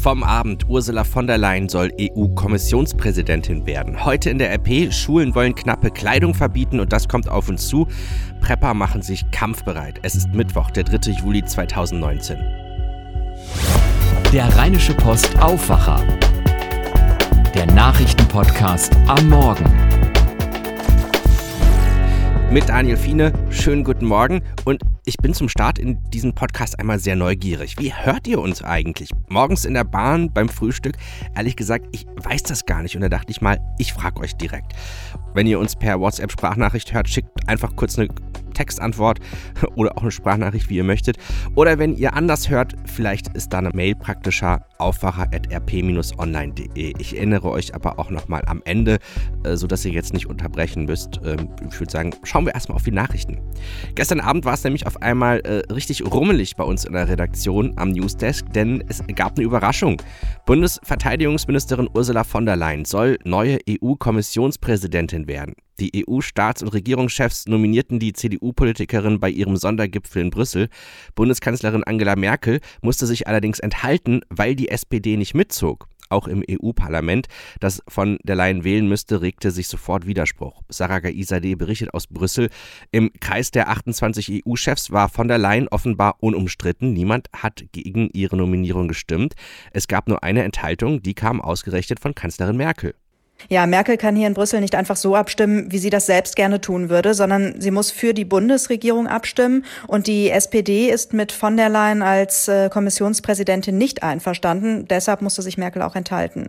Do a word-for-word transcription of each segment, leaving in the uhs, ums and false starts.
Vom Abend, Ursula von der Leyen soll E U-Kommissionspräsidentin werden. Heute in der R P, Schulen wollen knappe Kleidung verbieten und das kommt auf uns zu. Prepper machen sich kampfbereit. Es ist Mittwoch, der dritte Juli zweitausendneunzehn. Der Rheinische Post Aufwacher. Der Nachrichtenpodcast am Morgen. Mit Daniel Fiene, schönen guten Morgen und ich bin zum Start in diesem Podcast einmal sehr neugierig. Wie hört ihr uns eigentlich? Morgens in der Bahn, beim Frühstück? Ehrlich gesagt, ich weiß das gar nicht und da dachte ich mal, ich frage euch direkt. Wenn ihr uns per WhatsApp-Sprachnachricht hört, schickt einfach kurz eine Textantwort oder auch eine Sprachnachricht, wie ihr möchtet. Oder wenn ihr anders hört, vielleicht ist da eine Mail praktischer, aufwacher at r p dash online punkt d e. Ich erinnere euch aber auch nochmal am Ende, sodass ihr jetzt nicht unterbrechen müsst. Ich würde sagen, schauen wir erstmal auf die Nachrichten. Gestern Abend war es nämlich auf einmal äh, richtig rummelig bei uns in der Redaktion am Newsdesk, denn es gab eine Überraschung. Bundesverteidigungsministerin Ursula von der Leyen soll neue E U-Kommissionspräsidentin werden. Die E U-Staats- und Regierungschefs nominierten die C D U-Politikerin bei ihrem Sondergipfel in Brüssel. Bundeskanzlerin Angela Merkel musste sich allerdings enthalten, weil die S P D nicht mitzog. Auch im E U-Parlament, das von der Leyen wählen müsste, regte sich sofort Widerspruch. Sarah Gaisadeh berichtet aus Brüssel. Im Kreis der achtundzwanzig E U-Chefs war von der Leyen offenbar unumstritten. Niemand hat gegen ihre Nominierung gestimmt. Es gab nur eine Enthaltung, die kam ausgerechnet von Kanzlerin Merkel. Ja, Merkel kann hier in Brüssel nicht einfach so abstimmen, wie sie das selbst gerne tun würde, sondern sie muss für die Bundesregierung abstimmen. Und die S P D ist mit von der Leyen als äh, Kommissionspräsidentin nicht einverstanden. Deshalb musste sich Merkel auch enthalten.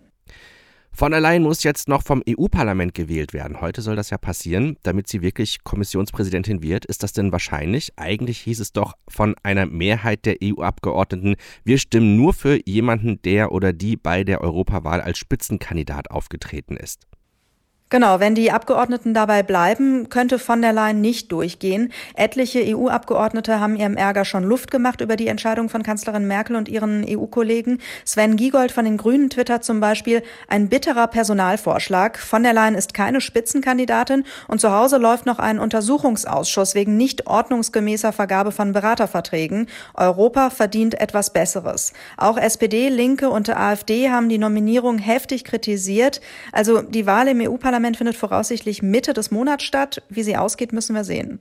Von der Leyen muss jetzt noch vom E U-Parlament gewählt werden. Heute soll das ja passieren, damit sie wirklich Kommissionspräsidentin wird. Ist das denn wahrscheinlich? Eigentlich hieß es doch von einer Mehrheit der E U-Abgeordneten, wir stimmen nur für jemanden, der oder die bei der Europawahl als Spitzenkandidat aufgetreten ist. Genau, wenn die Abgeordneten dabei bleiben, könnte von der Leyen nicht durchgehen. Etliche E U-Abgeordnete haben ihrem Ärger schon Luft gemacht über die Entscheidung von Kanzlerin Merkel und ihren E U-Kollegen. Sven Giegold von den Grünen twittert zum Beispiel, ein bitterer Personalvorschlag. Von der Leyen ist keine Spitzenkandidatin und zu Hause läuft noch ein Untersuchungsausschuss wegen nicht ordnungsgemäßer Vergabe von Beraterverträgen. Europa verdient etwas Besseres. Auch S P D, Linke und der AfD haben die Nominierung heftig kritisiert. Also die Wahl im E U-Parlament findet voraussichtlich Mitte des Monats statt. Wie sie ausgeht, müssen wir sehen.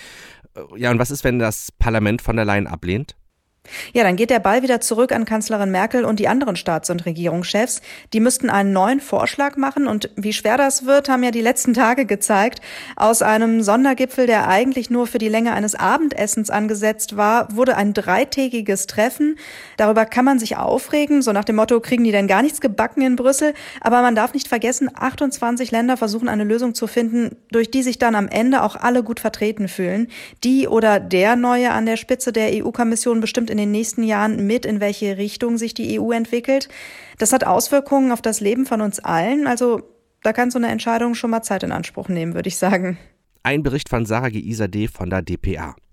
Ja, und was ist, wenn das Parlament von der Leyen ablehnt? Ja, dann geht der Ball wieder zurück an Kanzlerin Merkel und die anderen Staats- und Regierungschefs. Die müssten einen neuen Vorschlag machen und wie schwer das wird, haben ja die letzten Tage gezeigt. Aus einem Sondergipfel, der eigentlich nur für die Länge eines Abendessens angesetzt war, wurde ein dreitägiges Treffen. Darüber kann man sich aufregen, so nach dem Motto, kriegen die denn gar nichts gebacken in Brüssel? Aber man darf nicht vergessen, achtundzwanzig Länder versuchen eine Lösung zu finden, durch die sich dann am Ende auch alle gut vertreten fühlen. Die oder der Neue an der Spitze der E U-Kommission bestimmt in den nächsten Jahren mit, in welche Richtung sich die E U entwickelt. Das hat Auswirkungen auf das Leben von uns allen. Also da kann so eine Entscheidung schon mal Zeit in Anspruch nehmen, würde ich sagen. Ein Bericht von Sarah Gaisadeh von der D P A.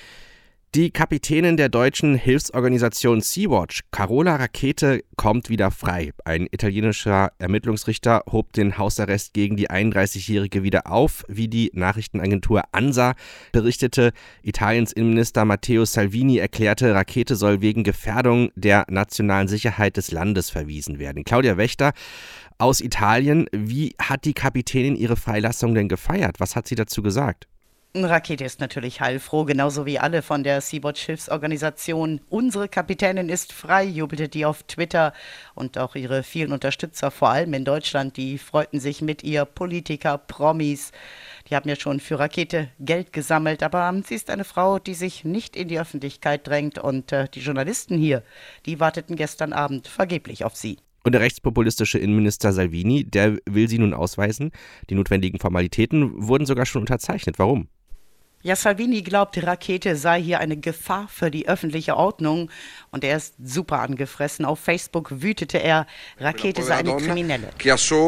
Die Kapitänin der deutschen Hilfsorganisation Sea-Watch, Carola Rackete, kommt wieder frei. Ein italienischer Ermittlungsrichter hob den Hausarrest gegen die einunddreißigjährige wieder auf. Wie die Nachrichtenagentur ANSA berichtete, Italiens Innenminister Matteo Salvini erklärte, Rackete soll wegen Gefährdung der nationalen Sicherheit des Landes verwiesen werden. Claudia Wächter aus Italien, wie hat die Kapitänin ihre Freilassung denn gefeiert? Was hat sie dazu gesagt? Rackete ist natürlich heilfroh, genauso wie alle von der Sea-Watch-Hilfsorganisation. Unsere Kapitänin ist frei, jubelte die auf Twitter. Und auch ihre vielen Unterstützer, vor allem in Deutschland, die freuten sich mit ihr. Politiker, Promis, die haben ja schon für Rackete Geld gesammelt. Aber sie ist eine Frau, die sich nicht in die Öffentlichkeit drängt. Und äh, die Journalisten hier, die warteten gestern Abend vergeblich auf sie. Und der rechtspopulistische Innenminister Salvini, der will sie nun ausweisen. Die notwendigen Formalitäten wurden sogar schon unterzeichnet. Warum? Ja, Salvini glaubt, Rackete sei hier eine Gefahr für die öffentliche Ordnung und er ist super angefressen. Auf Facebook wütete er, Rackete sei eine Kriminelle. Sie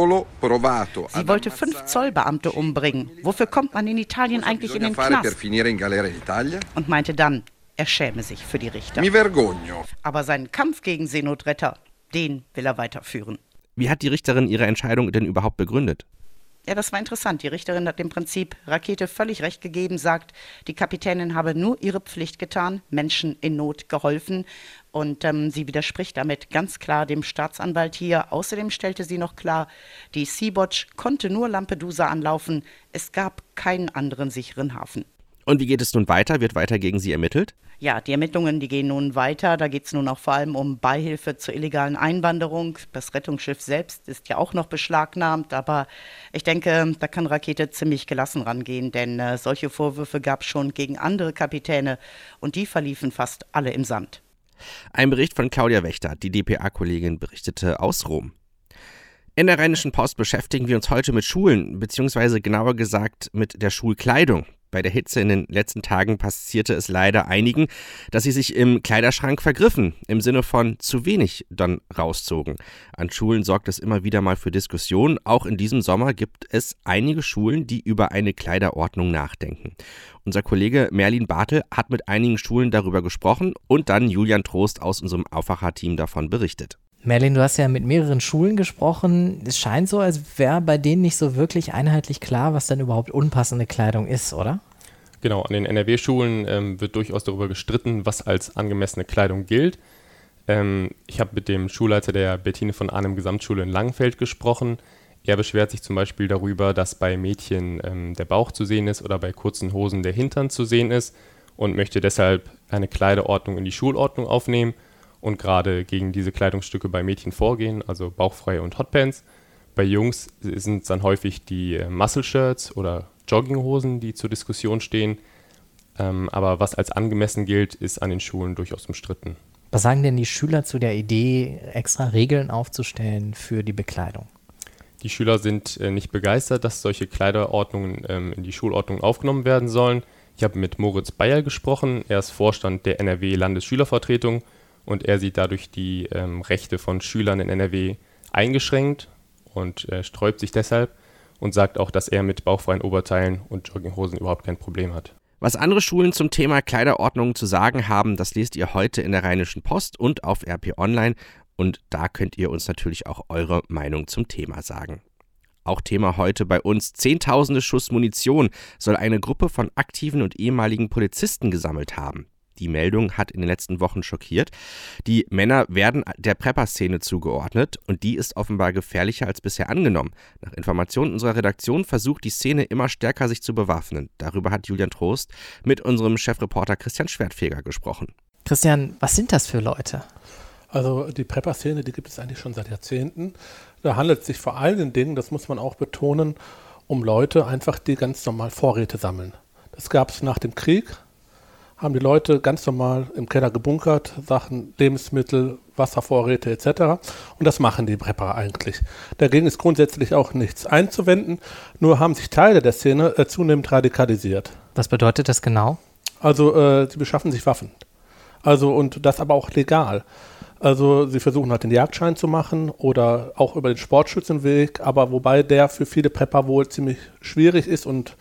wollte fünf Zollbeamte umbringen. Wofür kommt man in Italien eigentlich in den Knast? Und meinte dann, er schäme sich für die Richter. Aber seinen Kampf gegen Seenotretter, den will er weiterführen. Wie hat die Richterin ihre Entscheidung denn überhaupt begründet? Ja, das war interessant. Die Richterin hat dem Prinzip Rakete völlig recht gegeben, sagt, die Kapitänin habe nur ihre Pflicht getan, Menschen in Not geholfen. Und ähm, sie widerspricht damit ganz klar dem Staatsanwalt hier. Außerdem stellte sie noch klar, die Sea-Watch konnte nur Lampedusa anlaufen. Es gab keinen anderen sicheren Hafen. Und wie geht es nun weiter? Wird weiter gegen sie ermittelt? Ja, die Ermittlungen, die gehen nun weiter. Da geht es nun auch vor allem um Beihilfe zur illegalen Einwanderung. Das Rettungsschiff selbst ist ja auch noch beschlagnahmt. Aber ich denke, da kann Rakete ziemlich gelassen rangehen, denn äh, solche Vorwürfe gab es schon gegen andere Kapitäne und die verliefen fast alle im Sand. Ein Bericht von Claudia Wächter, die D P A-Kollegin berichtete aus Rom. In der Rheinischen Post beschäftigen wir uns heute mit Schulen, beziehungsweise genauer gesagt mit der Schulkleidung. Bei der Hitze in den letzten Tagen passierte es leider einigen, dass sie sich im Kleiderschrank vergriffen, im Sinne von zu wenig dann rauszogen. An Schulen sorgt es immer wieder mal für Diskussionen. Auch in diesem Sommer gibt es einige Schulen, die über eine Kleiderordnung nachdenken. Unser Kollege Merlin Bartel hat mit einigen Schulen darüber gesprochen und dann Julian Trost aus unserem Aufwacher-Team davon berichtet. Merlin, du hast ja mit mehreren Schulen gesprochen. Es scheint so, als wäre bei denen nicht so wirklich einheitlich klar, was dann überhaupt unpassende Kleidung ist, oder? Genau, an den N R W-Schulen ähm, wird durchaus darüber gestritten, was als angemessene Kleidung gilt. Ähm, ich habe mit dem Schulleiter der Bettine von Arnim Gesamtschule in Langenfeld gesprochen. Er beschwert sich zum Beispiel darüber, dass bei Mädchen ähm, der Bauch zu sehen ist oder bei kurzen Hosen der Hintern zu sehen ist und möchte deshalb eine Kleiderordnung in die Schulordnung aufnehmen und gerade gegen diese Kleidungsstücke bei Mädchen vorgehen, also bauchfreie und Hotpants. Bei Jungs sind es dann häufig die äh, Muscle-Shirts oder Jogginghosen, die zur Diskussion stehen. Ähm, aber was als angemessen gilt, ist an den Schulen durchaus umstritten. Was sagen denn die Schüler zu der Idee, extra Regeln aufzustellen für die Bekleidung? Die Schüler sind äh, nicht begeistert, dass solche Kleiderordnungen ähm, in die Schulordnung aufgenommen werden sollen. Ich habe mit Moritz Bayer gesprochen. Er ist Vorstand der N R W-Landesschülervertretung und er sieht dadurch die ähm, Rechte von Schülern in N R W eingeschränkt und äh, sträubt sich deshalb und sagt auch, dass er mit bauchfreien Oberteilen und Jogginghosen überhaupt kein Problem hat. Was andere Schulen zum Thema Kleiderordnung zu sagen haben, das lest ihr heute in der Rheinischen Post und auf R P Online. Und da könnt ihr uns natürlich auch eure Meinung zum Thema sagen. Auch Thema heute bei uns: Zehntausende Schuss Munition soll eine Gruppe von aktiven und ehemaligen Polizisten gesammelt haben. Die Meldung hat in den letzten Wochen schockiert. Die Männer werden der Prepper-Szene zugeordnet und die ist offenbar gefährlicher als bisher angenommen. Nach Informationen unserer Redaktion versucht die Szene immer stärker sich zu bewaffnen. Darüber hat Julian Trost mit unserem Chefreporter Christian Schwertfeger gesprochen. Christian, was sind das für Leute? Also die Prepper-Szene, die gibt es eigentlich schon seit Jahrzehnten. Da handelt es sich vor allen Dingen, das muss man auch betonen, um Leute einfach, die ganz normal Vorräte sammeln. Das gab es nach dem Krieg. Haben die Leute ganz normal im Keller gebunkert, Sachen, Lebensmittel, Wasservorräte et cetera. Und das machen die Prepper eigentlich. Dagegen ist grundsätzlich auch nichts einzuwenden, nur haben sich Teile der Szene äh, zunehmend radikalisiert. Was bedeutet das genau? Also äh, sie beschaffen sich Waffen. Also und das aber auch legal. Also sie versuchen halt den Jagdschein zu machen oder auch über den Sportschützenweg, aber wobei der für viele Prepper wohl ziemlich schwierig ist und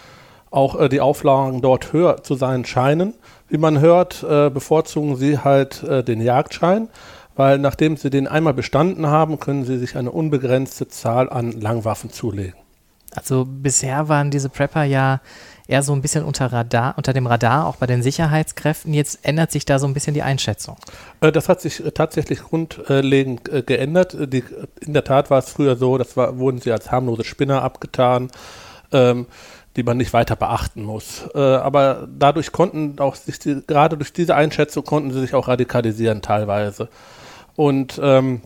auch äh, die Auflagen dort höher zu sein scheinen. Wie man hört, äh, bevorzugen sie halt äh, den Jagdschein, weil nachdem sie den einmal bestanden haben, können sie sich eine unbegrenzte Zahl an Langwaffen zulegen. Also bisher waren diese Prepper ja eher so ein bisschen unter Radar, unter dem Radar, auch bei den Sicherheitskräften. Jetzt ändert sich da so ein bisschen die Einschätzung. Äh, das hat sich äh, tatsächlich grundlegend äh, geändert. Die, in der Tat war es früher so, das war, wurden sie als harmlose Spinner abgetan. Ähm, die man nicht weiter beachten muss. Äh, aber dadurch konnten auch sich die, gerade durch diese Einschätzung konnten sie sich auch radikalisieren teilweise. Und, ähm,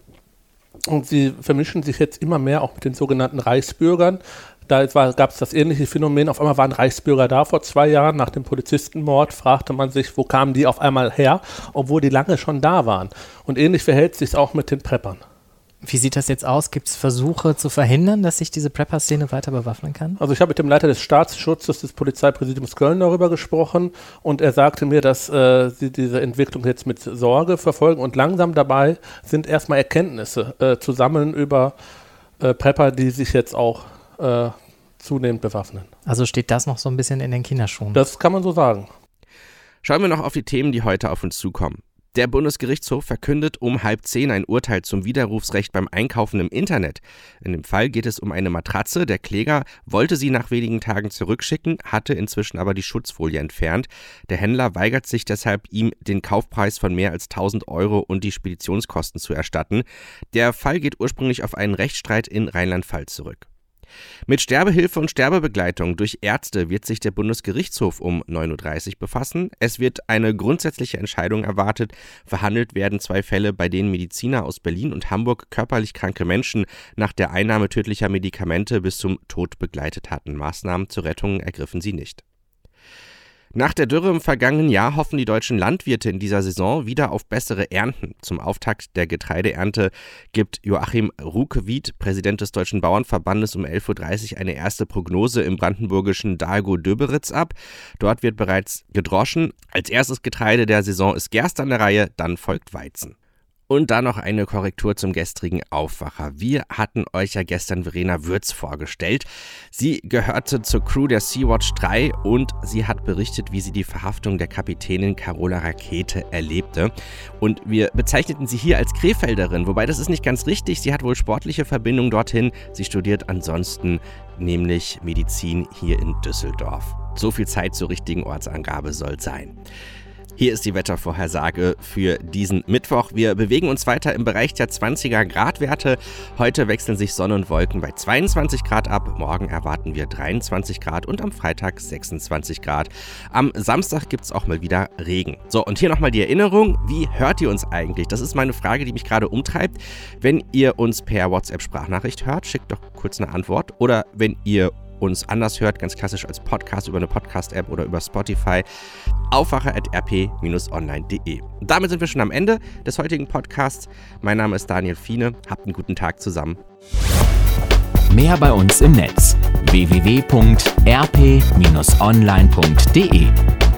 und sie vermischen sich jetzt immer mehr auch mit den sogenannten Reichsbürgern. Da gab es das ähnliche Phänomen. Auf einmal waren Reichsbürger da vor zwei Jahren. Nach dem Polizistenmord fragte man sich, wo kamen die auf einmal her, obwohl die lange schon da waren. Und ähnlich verhält sich es auch mit den Preppern. Wie sieht das jetzt aus? Gibt es Versuche zu verhindern, dass sich diese Prepper-Szene weiter bewaffnen kann? Also ich habe mit dem Leiter des Staatsschutzes des Polizeipräsidiums Köln darüber gesprochen und er sagte mir, dass äh, sie diese Entwicklung jetzt mit Sorge verfolgen und langsam dabei sind, erstmal Erkenntnisse äh, zu sammeln über äh, Prepper, die sich jetzt auch äh, zunehmend bewaffnen. Also steht das noch so ein bisschen in den Kinderschuhen? Das kann man so sagen. Schauen wir noch auf die Themen, die heute auf uns zukommen. Der Bundesgerichtshof verkündet um halb zehn ein Urteil zum Widerrufsrecht beim Einkaufen im Internet. In dem Fall geht es um eine Matratze. Der Kläger wollte sie nach wenigen Tagen zurückschicken, hatte inzwischen aber die Schutzfolie entfernt. Der Händler weigert sich deshalb, ihm den Kaufpreis von mehr als tausend Euro und die Speditionskosten zu erstatten. Der Fall geht ursprünglich auf einen Rechtsstreit in Rheinland-Pfalz zurück. Mit Sterbehilfe und Sterbebegleitung durch Ärzte wird sich der Bundesgerichtshof um neun Uhr dreißig befassen. Es wird eine grundsätzliche Entscheidung erwartet. Verhandelt werden zwei Fälle, bei denen Mediziner aus Berlin und Hamburg körperlich kranke Menschen nach der Einnahme tödlicher Medikamente bis zum Tod begleitet hatten. Maßnahmen zur Rettung ergriffen sie nicht. Nach der Dürre im vergangenen Jahr hoffen die deutschen Landwirte in dieser Saison wieder auf bessere Ernten. Zum Auftakt der Getreideernte gibt Joachim Rukewied, Präsident des Deutschen Bauernverbandes, um elf Uhr dreißig eine erste Prognose im brandenburgischen Dahlgow-Döberitz ab. Dort wird bereits gedroschen. Als erstes Getreide der Saison ist Gerste an der Reihe, dann folgt Weizen. Und dann noch eine Korrektur zum gestrigen Aufwacher. Wir hatten euch ja gestern Verena Würz vorgestellt. Sie gehörte zur Crew der Sea-Watch drei und sie hat berichtet, wie sie die Verhaftung der Kapitänin Carola Rakete erlebte. Und wir bezeichneten sie hier als Krefelderin, wobei das ist nicht ganz richtig. Sie hat wohl sportliche Verbindung dorthin. Sie studiert ansonsten nämlich Medizin hier in Düsseldorf. So viel Zeit zur richtigen Ortsangabe soll sein. Hier ist die Wettervorhersage für diesen Mittwoch. Wir bewegen uns weiter im Bereich der zwanziger Grad Werte. Heute wechseln sich Sonne und Wolken bei zweiundzwanzig Grad ab. Morgen erwarten wir dreiundzwanzig Grad und am Freitag sechsundzwanzig Grad. Am Samstag gibt es auch mal wieder Regen. So, und hier nochmal die Erinnerung. Wie hört ihr uns eigentlich? Das ist meine Frage, die mich gerade umtreibt. Wenn ihr uns per WhatsApp-Sprachnachricht hört, schickt doch kurz eine Antwort. Oder wenn ihr uns anders hört, ganz klassisch als Podcast über eine Podcast-App oder über Spotify, aufwacher at r p Bindestrich online punkt d e. Damit sind wir schon am Ende des heutigen Podcasts. Mein Name ist Daniel Fiene. Habt einen guten Tag zusammen. Mehr bei uns im Netz w w w punkt r p Bindestrich online punkt d e